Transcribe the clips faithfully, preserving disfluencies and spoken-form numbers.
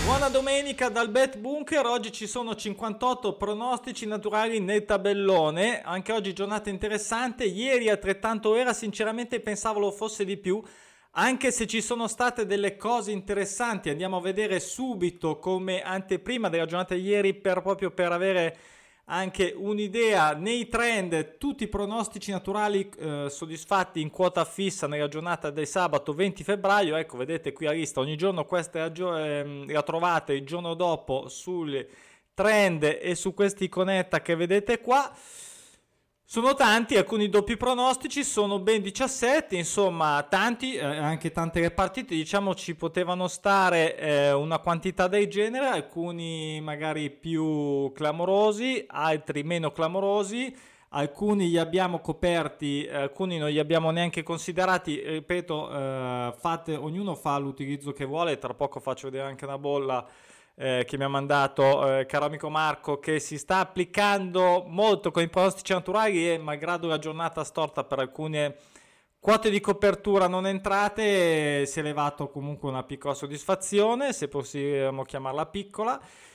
Buona domenica dal Bet Bunker, oggi ci sono cinquantotto pronostici naturali nel tabellone, anche oggi giornata interessante, ieri altrettanto era, sinceramente pensavo lo fosse di più, anche se ci sono state delle cose interessanti, andiamo a vedere subito come anteprima della giornata di ieri per proprio per avere anche un'idea nei trend, tutti i pronostici naturali eh, soddisfatti in quota fissa nella giornata del sabato venti febbraio. Ecco, vedete qui la lista, ogni giorno questa eh, la trovate il giorno dopo sulle trend e su questa iconetta che vedete qua. Sono tanti, alcuni doppi pronostici, sono ben diciassette, insomma tanti, eh, anche tante le partite, diciamo ci potevano stare eh, una quantità del genere, alcuni magari più clamorosi, altri meno clamorosi, alcuni li abbiamo coperti, alcuni non li abbiamo neanche considerati, ripeto, eh, fate, ognuno fa l'utilizzo che vuole, tra poco faccio vedere anche una bolla Eh, che mi ha mandato eh, caro amico Marco, che si sta applicando molto con i pronostici naturali e malgrado la giornata storta per alcune quote di copertura non entrate, si è levato comunque una piccola soddisfazione, se possiamo chiamarla piccola,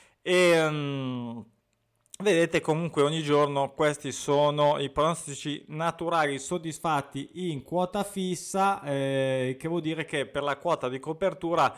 e um, vedete comunque ogni giorno questi sono i pronostici naturali soddisfatti in quota fissa, eh, che vuol dire che per la quota di copertura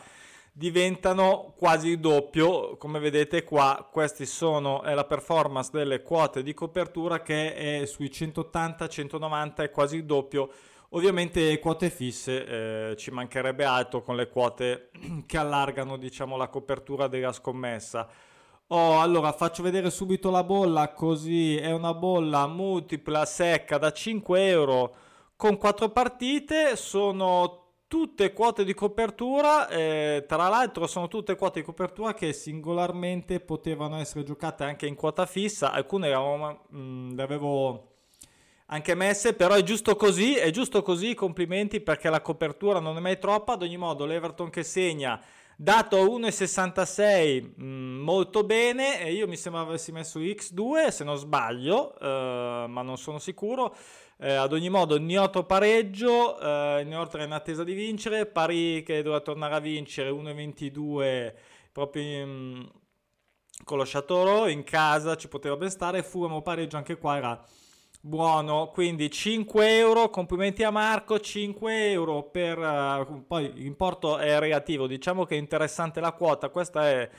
diventano quasi il doppio. Come vedete qua, questi sono è la performance delle quote di copertura che è sui centottanta centonovanta, è quasi il doppio. Ovviamente quote fisse, eh, ci mancherebbe altro con le quote che allargano, diciamo, la copertura della scommessa. Oh, allora faccio vedere subito la bolla, così è una bolla multipla secca da cinque euro con quattro partite, sono tutte quote di copertura, eh, tra l'altro sono tutte quote di copertura che singolarmente potevano essere giocate anche in quota fissa, alcune le avevo, mh, le avevo anche messe, però è giusto così, è giusto così, complimenti, perché la copertura non è mai troppa. Ad ogni modo l'Everton che segna, dato a uno virgola sessantasei, mh, molto bene, e io mi sembra avessi messo X due se non sbaglio, eh, ma non sono sicuro. Eh, ad ogni modo Nioto pareggio, eh, inoltre in attesa di vincere, Paris che doveva tornare a vincere uno virgola ventidue proprio in, con lo Châteauroux in casa ci poteva ben stare, Fulham pareggio anche qua era buono, quindi cinque euro, complimenti a Marco, cinque euro per, uh, poi l'importo è relativo, diciamo che è interessante la quota, questa è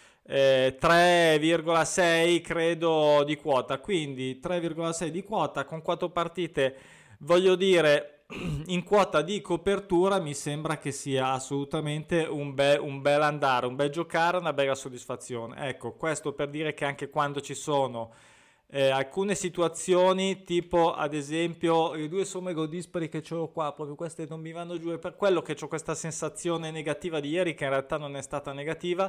eh, tre virgola sei credo di quota, quindi tre virgola sei di quota con quattro partite, voglio dire, in quota di copertura mi sembra che sia assolutamente un, be- un bel andare, un bel giocare, una bella soddisfazione. Ecco, questo per dire che anche quando ci sono eh, alcune situazioni, tipo ad esempio le due somme gol dispari che ho qua, proprio queste non mi vanno giù, è per quello che ho questa sensazione negativa di ieri, che in realtà non è stata negativa.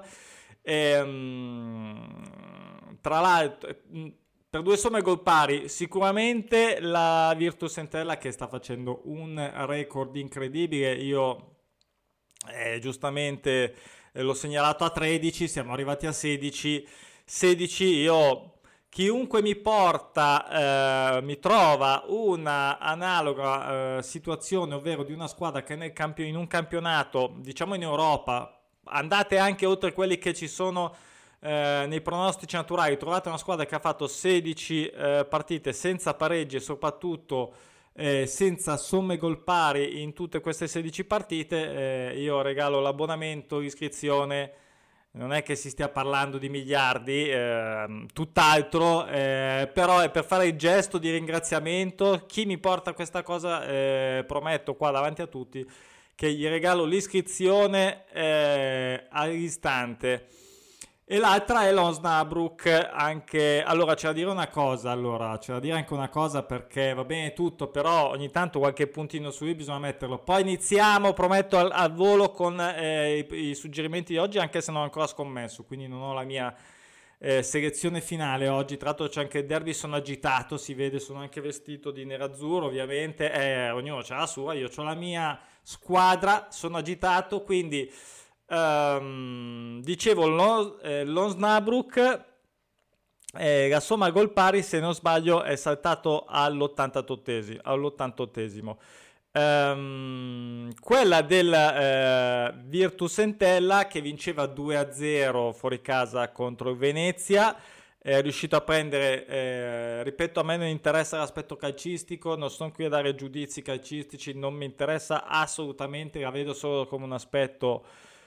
Ehm, tra l'altro, per due somme gol pari, sicuramente la Virtus Entella che sta facendo un record incredibile. Io eh, giustamente eh, l'ho segnalato a tredici, siamo arrivati a sedici. sedici, io chiunque mi porta, eh, mi trova una analoga eh, situazione, ovvero di una squadra che nel campio- in un campionato, diciamo in Europa, andate anche oltre quelli che ci sono eh, nei pronostici naturali, trovate una squadra che ha fatto sedici eh, partite senza pareggi e soprattutto eh, senza somme gol pari in tutte queste sedici partite, eh, io regalo l'abbonamento, l'iscrizione. Non è che si stia parlando di miliardi, eh, tutt'altro, eh, però è per fare il gesto di ringraziamento. Chi mi porta questa cosa, eh, prometto qua davanti a tutti che gli regalo l'iscrizione eh, all'istante. E l'altra è l'Osnabrück, anche, allora c'è da dire una cosa, allora c'è da dire anche una cosa, perché va bene tutto, però ogni tanto qualche puntino su lui bisogna metterlo. Poi iniziamo, prometto, al, al volo con eh, i, i suggerimenti di oggi, anche se non ho ancora scommesso, quindi non ho la mia eh, selezione finale oggi. Tra l'altro c'è anche il derby, sono agitato, si vede, sono anche vestito di nerazzurro ovviamente, eh, ognuno ha la sua, io ho la mia squadra, sono agitato, quindi um, dicevo lo, eh, l'Osnabrück, eh, la somma gol pari se non sbaglio è saltato all'ottantottesimo, all'ottantottesimo. Um, quella del uh, Virtus Entella che vinceva due a zero fuori casa contro il Venezia, è riuscito a prendere, eh, ripeto, a me non interessa l'aspetto calcistico, non sono qui a dare giudizi calcistici, non mi interessa assolutamente, la vedo solo come un aspetto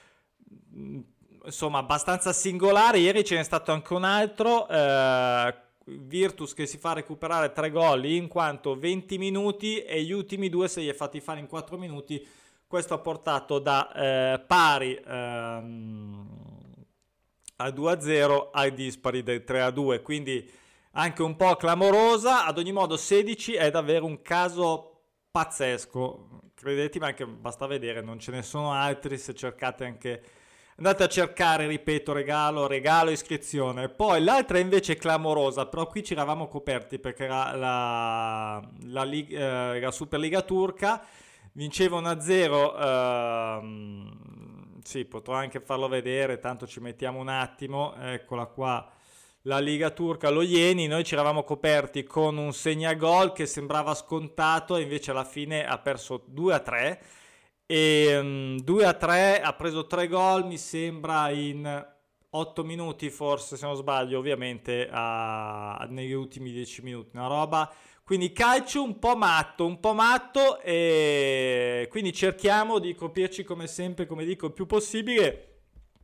insomma abbastanza singolare. Ieri ce n'è stato anche un altro, eh, Virtus che si fa recuperare tre gol in quanto venti minuti e gli ultimi due se li è fatti fare in quattro minuti. Questo ha portato da eh, pari ehm, al due a zero ai dispari del tre a due, quindi anche un po' clamorosa. Ad ogni modo sedici è davvero un caso pazzesco, credetemi, anche basta vedere, non ce ne sono altri, se cercate anche andate a cercare, ripeto, regalo, regalo, iscrizione. Poi l'altra invece è clamorosa, però qui ci eravamo coperti perché era la, la, la, eh, la Superliga turca, vinceva uno a zero, ehm, sì, potrò anche farlo vedere, tanto ci mettiamo un attimo, eccola qua, la Liga turca, lo Ieni. Noi ci eravamo coperti con un segnagol che sembrava scontato e invece alla fine ha perso due a tre. E um, due a tre, ha preso tre gol mi sembra in otto minuti forse, se non sbaglio, ovviamente a, negli ultimi dieci minuti, una roba, quindi calcio un po' matto, un po' matto, e quindi cerchiamo di coprirci come sempre, come dico, il più possibile,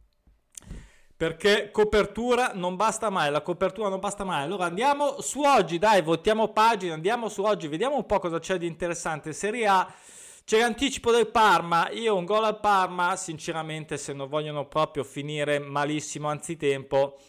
perché copertura non basta mai, la copertura non basta mai. Allora andiamo su oggi, dai, voltiamo pagina, andiamo su oggi, vediamo un po' cosa c'è di interessante. Serie A. C'è l'anticipo del Parma, io un gol al Parma, sinceramente se non vogliono proprio finire malissimo anzitempo,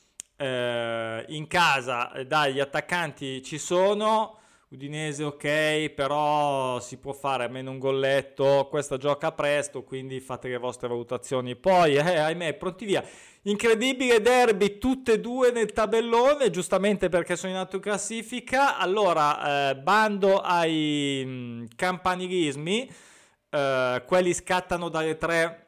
eh, in casa, dai, gli attaccanti ci sono, Udinese ok, però si può fare almeno un golletto, questa gioca presto, quindi fate le vostre valutazioni. Poi, eh, ahimè, pronti via. Incredibile derby, tutte e due nel tabellone, giustamente perché sono in alto classifica. Allora, eh, bando ai mh, campanilismi, eh, quelli scattano dalle tre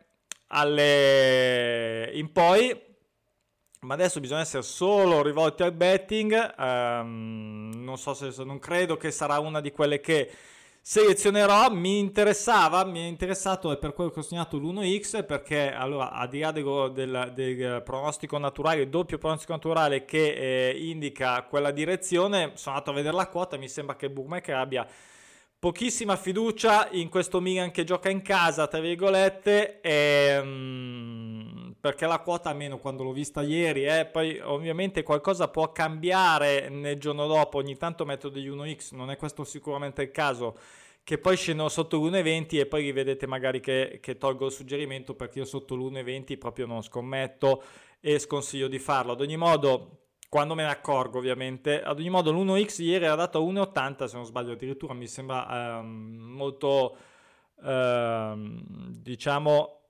alle in poi, ma adesso bisogna essere solo rivolti al betting. Um, non so se non credo che sarà una di quelle che selezionerò. Mi interessava, mi è interessato, è per quello che ho segnato l'uno x, perché allora a di là del, del, del pronostico naturale, il doppio pronostico naturale che eh, indica quella direzione, sono andato a vedere la quota, mi sembra che il bookmaker abbia pochissima fiducia in questo Milan che gioca in casa, tra virgolette, e, um, perché la quota, almeno quando l'ho vista ieri, eh, poi ovviamente qualcosa può cambiare nel giorno dopo, ogni tanto metto degli uno x, non è questo sicuramente il caso, che poi scendono sotto l'uno e venti e poi rivedete magari che, che tolgo il suggerimento, perché io sotto l'uno e venti proprio non scommetto e sconsiglio di farlo. Ad ogni modo, quando me ne accorgo ovviamente, ad ogni modo l'uno x ieri era dato a uno e ottanta se non sbaglio, addirittura mi sembra ehm, molto ehm, diciamo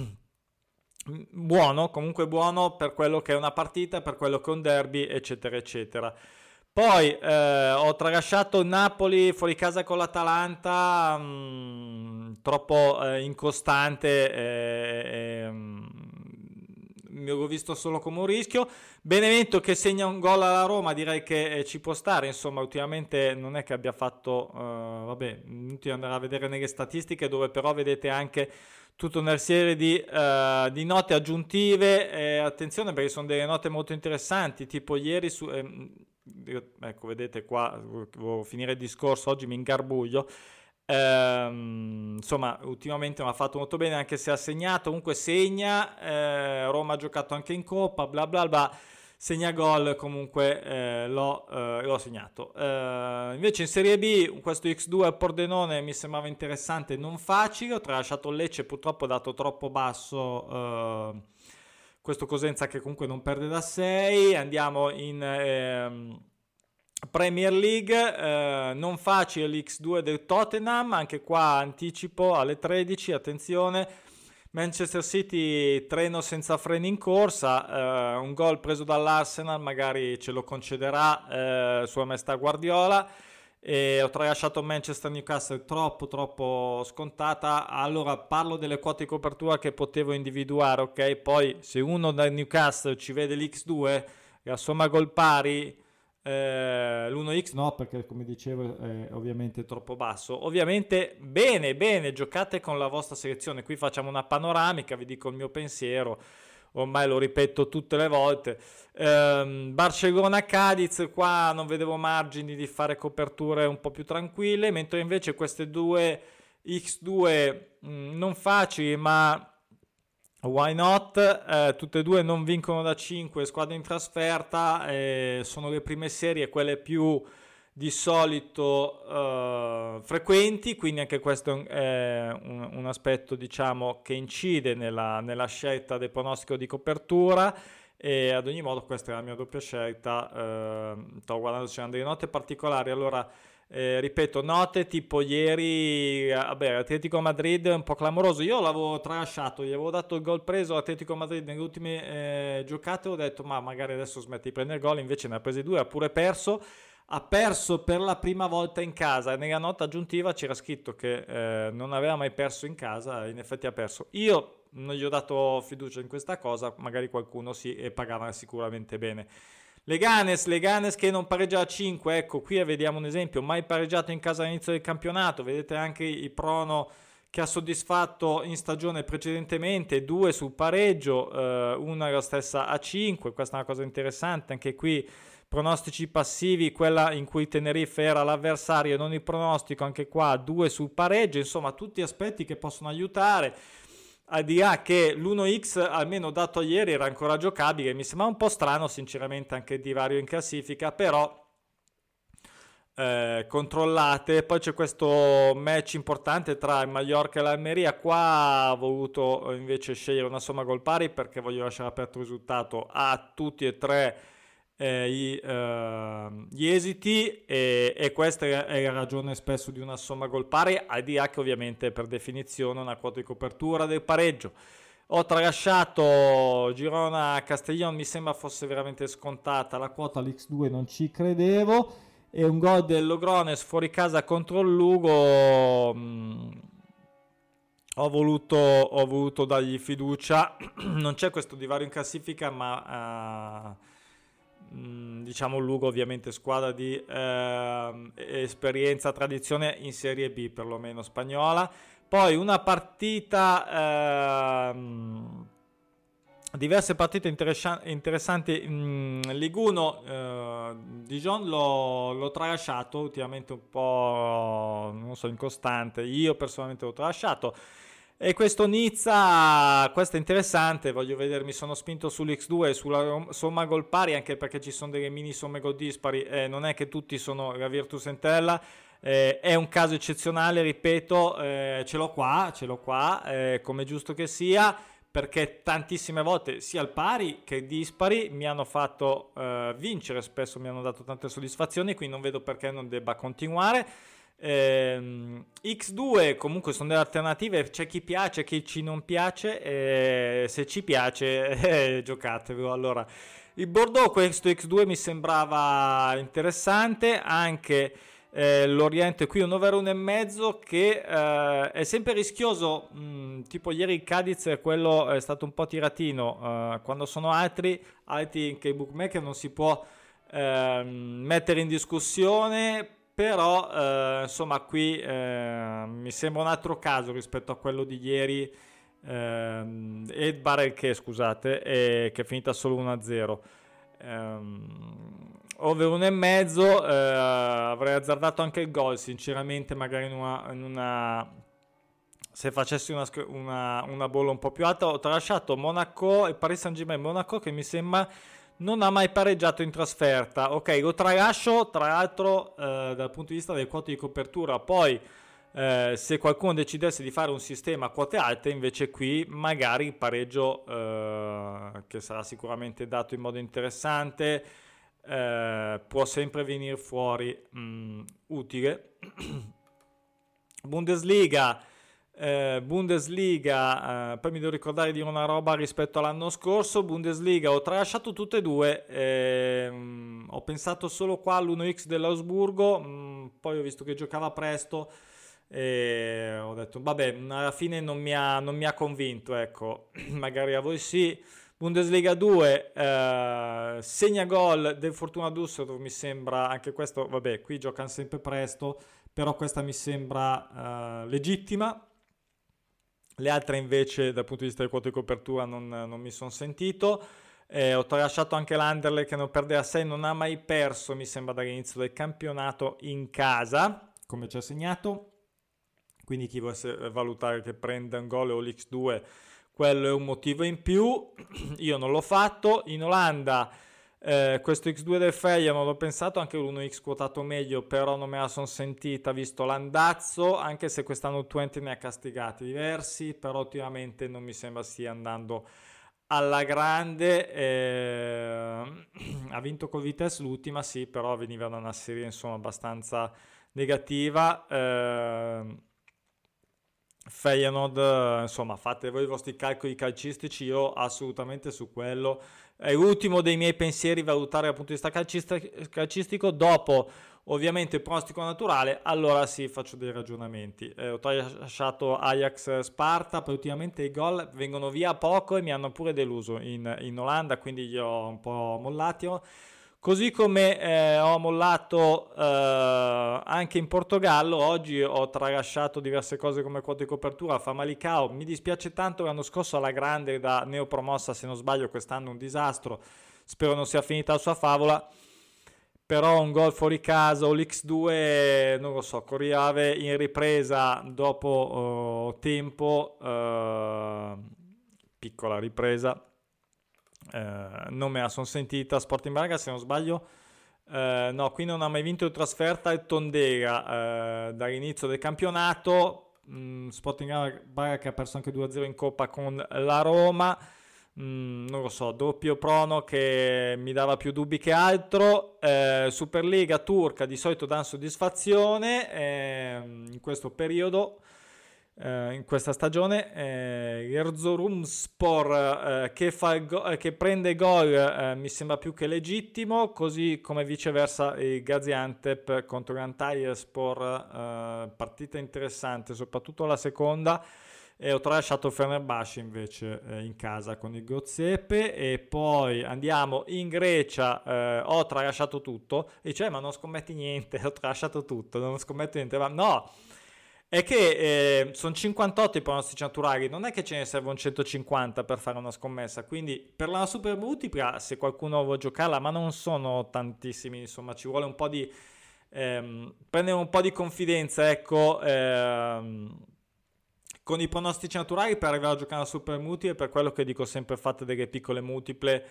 buono, comunque buono per quello che è una partita, per quello che è un derby, eccetera eccetera. Poi eh, ho tralasciato il Napoli fuori casa con l'Atalanta, mh, troppo eh, incostante, eh, eh, mi ho visto solo come un rischio. Benevento che segna un gol alla Roma, direi che eh, ci può stare, insomma ultimamente non è che abbia fatto, uh, vabbè, inutile andare a vedere nelle statistiche, dove però vedete anche tutta una serie di, uh, di note aggiuntive, eh, attenzione perché sono delle note molto interessanti, tipo ieri su... Eh, ecco, vedete qua, devo finire il discorso, oggi mi ingarbuglio. Ehm, insomma, ultimamente mi ha fatto molto bene, anche se ha segnato, comunque segna, eh, Roma ha giocato anche in Coppa, bla bla bla, segna gol, comunque eh, l'ho, eh, l'ho segnato. Eh, invece in Serie B questo x due al Pordenone mi sembrava interessante, non facile, ho tralasciato il Lecce, purtroppo dato troppo basso, eh, questo Cosenza che comunque non perde da sei. Andiamo in ehm, Premier League, eh, non facile l'X due del Tottenham, anche qua anticipo alle tredici, attenzione. Manchester City, treno senza freni in corsa, eh, un gol preso dall'Arsenal, magari ce lo concederà eh, Sua Maestà Guardiola. E ho tralasciato Manchester Newcastle, troppo troppo scontata. Allora parlo delle quote di copertura che potevo individuare, ok? Poi se uno da Newcastle ci vede l'X due, la somma gol pari, Eh, l'uno X no, perché come dicevo è ovviamente troppo basso. Ovviamente bene, bene, giocate con la vostra selezione. Qui facciamo una panoramica, vi dico il mio pensiero, ormai lo ripeto tutte le volte. Eh, Barcellona-Cadiz, qua non vedevo margini di fare coperture un po' più tranquille, mentre invece queste due X due mh, non facili, ma why not? Eh, tutte e due non vincono da cinque squadre in trasferta, eh, sono le prime serie, quelle più di solito eh, frequenti, quindi anche questo è un, è un, un aspetto, diciamo, che incide nella, nella scelta del pronostico di copertura. E ad ogni modo questa è la mia doppia scelta. Eh, sto guardando se c'erano delle note particolari. Allora, eh, ripeto, note tipo ieri, eh, vabbè, Atletico Madrid è un po' clamoroso. Io l'avevo tralasciato, gli avevo dato il gol preso all'Atletico Madrid nelle ultime eh, giocate. Ho detto, ma magari adesso smetti di prendere gol. Invece ne ha presi due, ha pure perso. Ha perso per la prima volta in casa. Nella nota aggiuntiva c'era scritto che eh, non aveva mai perso in casa. In effetti ha perso. Io non gli ho dato fiducia in questa cosa, magari qualcuno sì, e pagava sicuramente bene. Leganes, Leganes che non pareggia a cinque, ecco qui vediamo un esempio, mai pareggiato in casa all'inizio del campionato, vedete anche i prono che ha soddisfatto in stagione precedentemente, due sul pareggio, eh, una la stessa a cinque, questa è una cosa interessante, anche qui pronostici passivi, quella in cui Tenerife era l'avversario, non il pronostico, anche qua due sul pareggio, insomma tutti aspetti che possono aiutare. Al di là che l'uno X almeno dato ieri era ancora giocabile, mi sembra un po' strano sinceramente anche il divario in classifica, però eh, controllate. Poi c'è questo match importante tra il Mallorca e l'Almeria, qua ho voluto invece scegliere una somma gol pari perché voglio lasciare aperto il risultato a tutti e tre eh, i, eh, gli esiti, e, e questa è la ragione spesso di una somma gol pari, al di là che ovviamente per definizione una quota di copertura del pareggio. Ho tralasciato Girona-Castellón, mi sembra fosse veramente scontata la quota, l'X due non ci credevo, e un gol del Logrones fuori casa contro il Lugo. mh, ho voluto, ho voluto dargli fiducia. Non c'è questo divario in classifica, ma eh, mh, diciamo Lugo ovviamente squadra di eh, esperienza, tradizione in Serie B perlomeno spagnola. Poi una partita, ehm, diverse partite interessa- interessanti. mh, Liguno, eh, Dijon l'ho, l'ho tralasciato ultimamente un po', non so, incostante, io personalmente l'ho tralasciato. E questo Nizza, questo è interessante, voglio vedere, mi sono spinto sull'X due e sulla somma gol pari, anche perché ci sono delle mini somme gol dispari, eh, non è che tutti sono la Virtus Entella, eh, è un caso eccezionale, ripeto, eh, ce l'ho qua, ce l'ho qua, eh, come giusto che sia, perché tantissime volte sia il pari che i dispari mi hanno fatto eh, vincere, spesso mi hanno dato tante soddisfazioni, quindi non vedo perché non debba continuare. Ehm, X due comunque sono delle alternative, c'è chi piace, chi ci non piace, e se ci piace eh, giocatevelo. Allora, il Bordeaux, questo X due mi sembrava interessante, anche eh, l'Oriente qui un over uno e mezzo che eh, è sempre rischioso, mh, tipo ieri il Cadiz, quello è stato un po' tiratino, eh, quando sono altri alti che i bookmaker non si può ehm, mettere in discussione. Però eh, insomma qui eh, mi sembra un altro caso rispetto a quello di ieri, ehm, e Barelché, scusate, e, che è finita solo uno a zero. ehm, over uno e mezzo, eh, avrei azzardato anche il gol sinceramente, magari in una, in una se facessi una, una, una bolla un po' più alta. Ho tralasciato Monaco e Paris Saint-Germain. Monaco che mi sembra non ha mai pareggiato in trasferta. Ok, lo tralascio, tra l'altro eh, dal punto di vista delle quote di copertura. Poi eh, se qualcuno decidesse di fare un sistema a quote alte, invece qui magari il pareggio, eh, che sarà sicuramente dato in modo interessante, eh, può sempre venire fuori mh, utile. Bundesliga. Eh, Bundesliga, eh, poi mi devo ricordare di una roba rispetto all'anno scorso. Bundesliga ho tralasciato tutte e due, ehm, ho pensato solo qua all'uno X dell'Augsburgo, mh, poi ho visto che giocava presto e ho detto vabbè, alla fine non mi ha, non mi ha convinto, ecco. Magari a voi sì, Bundesliga due, eh, segna gol del Fortuna Düsseldorf, mi sembra, anche questo, vabbè, qui giocano sempre presto, però questa mi sembra eh, legittima. Le altre invece dal punto di vista del quoto di copertura non, non mi sono sentito. Eh, ho tralasciato anche l'Anderlecht che non perde a sei, non ha mai perso, mi sembra, dall'inizio del campionato in casa, come ci ha segnato. Quindi chi vuole valutare che prenda un gol o l'X due, quello è un motivo in più. Io non l'ho fatto. In Olanda eh, questo X due del Feyenoord l'ho pensato, anche uno X quotato meglio, però non me la sono sentita visto l'andazzo, anche se quest'anno Twente ne ha castigati diversi, però ultimamente non mi sembra stia andando alla grande. Eh, ha vinto col Vitesse l'ultima, sì, però veniva da una serie insomma abbastanza negativa. eh, Feyenoord, insomma, fate voi i vostri calcoli calcistici, io assolutamente su quello è l'ultimo dei miei pensieri, valutare dal punto di vista calcist- calcistico. Dopo ovviamente il pronostico naturale, allora sì, faccio dei ragionamenti. Eh, ho lasciato Ajax Sparta, poi ultimamente i gol vengono via poco e mi hanno pure deluso in, in Olanda, quindi io ho un po' mollati. Così come eh, ho mollato eh, anche in Portogallo. Oggi ho tralasciato diverse cose come quote di copertura. Famalicão, mi dispiace tanto, l'anno scorso alla grande da neopromossa, se non sbaglio, quest'anno un disastro, spero non sia finita la sua favola, però un gol fuori casa o l'X due, non lo so, Corriave in ripresa dopo oh, tempo, eh, piccola ripresa. Uh, non me la sono sentita. Sporting Braga, se non sbaglio, uh, no, qui non ha mai vinto in trasferta il Tondera uh, dall'inizio del campionato. mm, Sporting Braga che ha perso anche due a zero in Coppa con la Roma. mm, non lo so, doppio prono che mi dava più dubbi che altro. uh, Superliga turca di solito dà soddisfazione eh, in questo periodo. Uh, in questa stagione eh, Erzurumspor eh, che, fa go- eh, che prende gol eh, mi sembra più che legittimo, così come viceversa il Gaziantep contro l'Antalyaspor, eh, partita interessante soprattutto la seconda. E ho tralasciato Fenerbahce invece eh, in casa con il Göztepe. E poi andiamo in Grecia. eh, ho tralasciato tutto e cioè ma non scommetti niente, ho tralasciato tutto, non scommetto niente, ma no, è che eh, sono cinquantotto i pronostici naturali, non è che ce ne servono centocinquanta per fare una scommessa, quindi per la super multipla, se qualcuno vuole giocarla, ma non sono tantissimi, insomma ci vuole un po' di ehm, prendere un po' di confidenza, ecco, ehm, con i pronostici naturali per arrivare a giocare alla super multipla. Per quello che dico sempre, fate delle piccole multiple,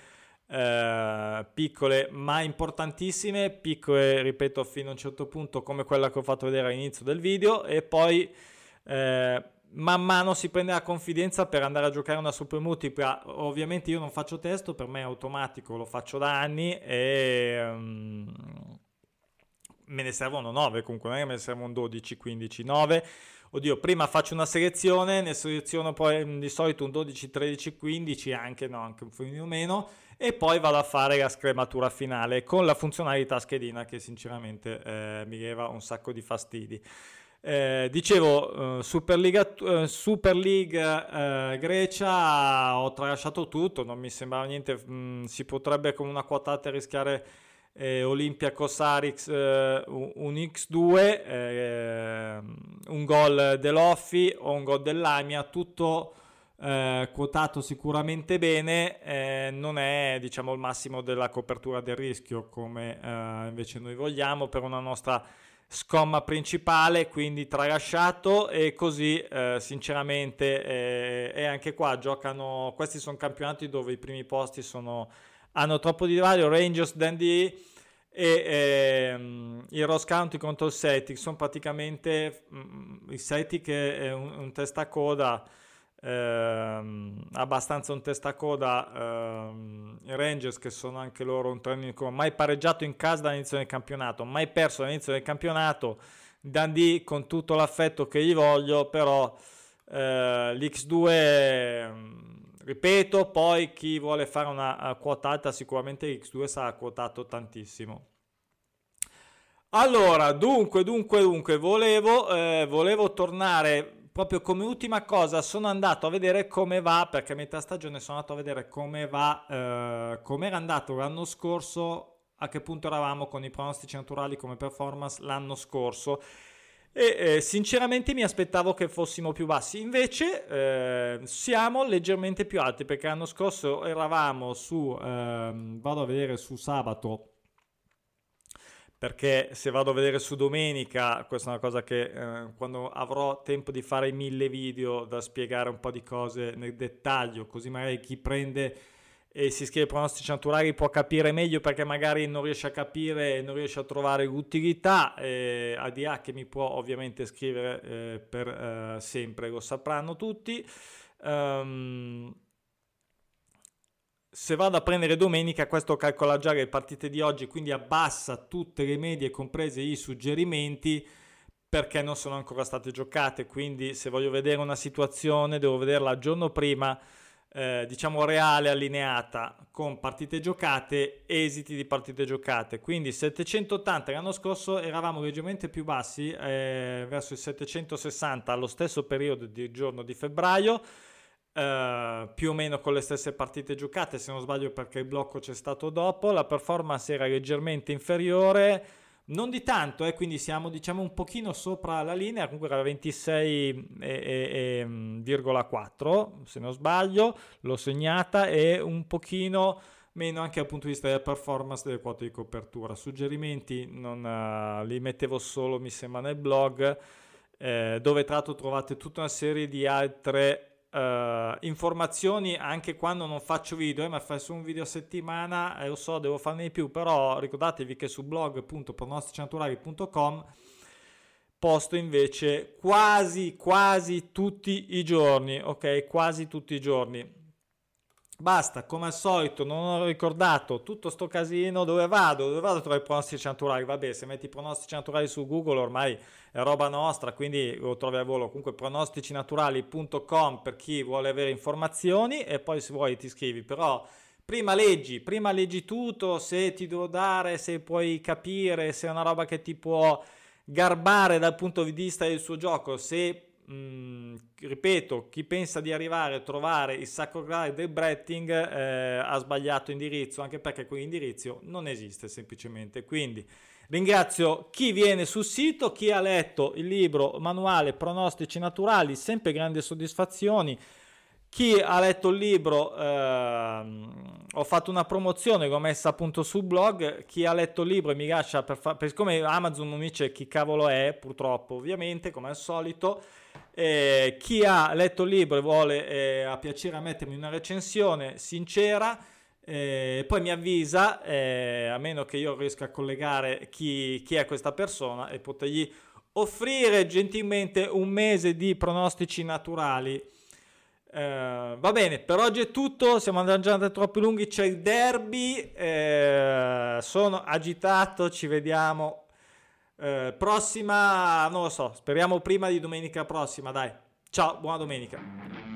Uh, piccole ma importantissime, piccole ripeto fino a un certo punto, come quella che ho fatto vedere all'inizio del video, e poi uh, man mano si prende la confidenza per andare a giocare una super multipla. Ovviamente io non faccio testo, per me è automatico, lo faccio da anni e um, me ne servono nove, comunque non è che me ne servono dodici, quindici, nove. Oddio, prima faccio una selezione, ne seleziono poi di solito un dodici, tredici, quindici, anche no, anche un po' meno, e poi vado a fare la scrematura finale con la funzionalità schedina che sinceramente eh, mi leva un sacco di fastidi. Eh, dicevo, eh, Superliga, eh, Super League eh, Grecia, ho tralasciato tutto, non mi sembrava niente. Mh, si potrebbe con una quotata rischiare eh, Olympiacos Arix eh, un X due, eh, un gol dell'Offi o un gol dell'Amia, tutto eh, quotato sicuramente bene. Eh, non è diciamo il massimo della copertura del rischio come eh, invece noi vogliamo per una nostra scomma principale, quindi tralasciato. E così eh, sinceramente eh, e anche qua giocano, questi sono campionati dove i primi posti sono hanno troppo di divario. Rangers, Dundee e ehm, il Ross County contro il Celtic sono praticamente mh, il Celtic è un, un testacoda, ehm, abbastanza un testacoda, ehm, i Rangers che sono anche loro un trenino, mai pareggiato in casa dall'inizio del campionato, mai perso dall'inizio del campionato. Dundee con tutto l'affetto che gli voglio, però eh, l'X due ripeto, poi chi vuole fare una quota alta sicuramente X due sarà quotato tantissimo. Allora, dunque, dunque, dunque, volevo, eh, volevo tornare proprio come ultima cosa sono andato a vedere come va, perché a metà stagione sono andato a vedere come va, eh, come era andato l'anno scorso, a che punto eravamo con i pronostici naturali come performance l'anno scorso. E eh, sinceramente mi aspettavo che fossimo più bassi, invece eh, siamo leggermente più alti, perché l'anno scorso eravamo su, ehm, vado a vedere su sabato, perché se vado a vedere su domenica, questa è una cosa che eh, quando avrò tempo di fare i mille video da spiegare un po' di cose nel dettaglio, così magari chi prende e si iscrive ai pronostici naturali può capire meglio, perché magari non riesce a capire e non riesce a trovare utilità. eh, A D A che mi può ovviamente scrivere eh, per eh, sempre, lo sapranno tutti. Um, se vado a prendere domenica, questo calcola già le partite di oggi, quindi abbassa tutte le medie, comprese i suggerimenti, perché non sono ancora state giocate. Quindi se voglio vedere una situazione devo vederla il giorno prima, Eh, diciamo reale, allineata con partite giocate, esiti di partite giocate. Quindi settecentottanta, l'anno scorso eravamo leggermente più bassi, eh, verso i settecentosessanta allo stesso periodo di giorno di febbraio, eh, più o meno con le stesse partite giocate, se non sbaglio, perché il blocco c'è stato dopo. La performance era leggermente inferiore, non di tanto, eh, quindi siamo diciamo un pochino sopra la linea, comunque era ventisei virgola quattro se non sbaglio, l'ho segnata, e un pochino meno anche dal punto di vista della performance delle quote di copertura. Suggerimenti non uh, li mettevo solo, mi sembra, nel blog, eh, dove tra l'altro trovate tutta una serie di altre Uh, informazioni anche quando non faccio video, eh, ma faccio un video a settimana, e eh, lo so, devo farne di più, però ricordatevi che su blog punto pronostici naturali punto com posto invece quasi quasi tutti i giorni, ok? Quasi tutti i giorni. Basta, come al solito, non ho ricordato tutto sto casino. Dove vado? Dove vado a trovare i pronostici naturali? Vabbè, se metti i pronostici naturali su Google ormai è roba nostra, quindi lo trovi a volo. Comunque pronostici naturali punto com per chi vuole avere informazioni, e poi se vuoi ti iscrivi. Però prima leggi, prima leggi tutto, se ti devo dare, se puoi capire, se è una roba che ti può garbare dal punto di vista del suo gioco. Se Mm, ripeto, chi pensa di arrivare a trovare il sacro graal del betting eh, ha sbagliato indirizzo, anche perché quell'indirizzo non esiste semplicemente. Quindi ringrazio chi viene sul sito, chi ha letto il libro manuale Pronostici Naturali, sempre grandi soddisfazioni. Chi ha letto il libro, ehm, ho fatto una promozione, l'ho messa appunto sul blog. Chi ha letto il libro e mi lascia, per fa- per, siccome Amazon non mi dice chi cavolo è, purtroppo, ovviamente, come al solito, eh, chi ha letto il libro e vuole, eh, ha piacere a mettermi una recensione sincera, eh, poi mi avvisa, eh, a meno che io riesca a collegare chi, chi è questa persona, e potergli offrire gentilmente un mese di pronostici naturali. Uh, va bene, per oggi è tutto, siamo andati troppo lunghi, c'è il derby, eh, sono agitato, ci vediamo eh, prossima, non lo so, speriamo prima di domenica prossima, dai, ciao, buona domenica.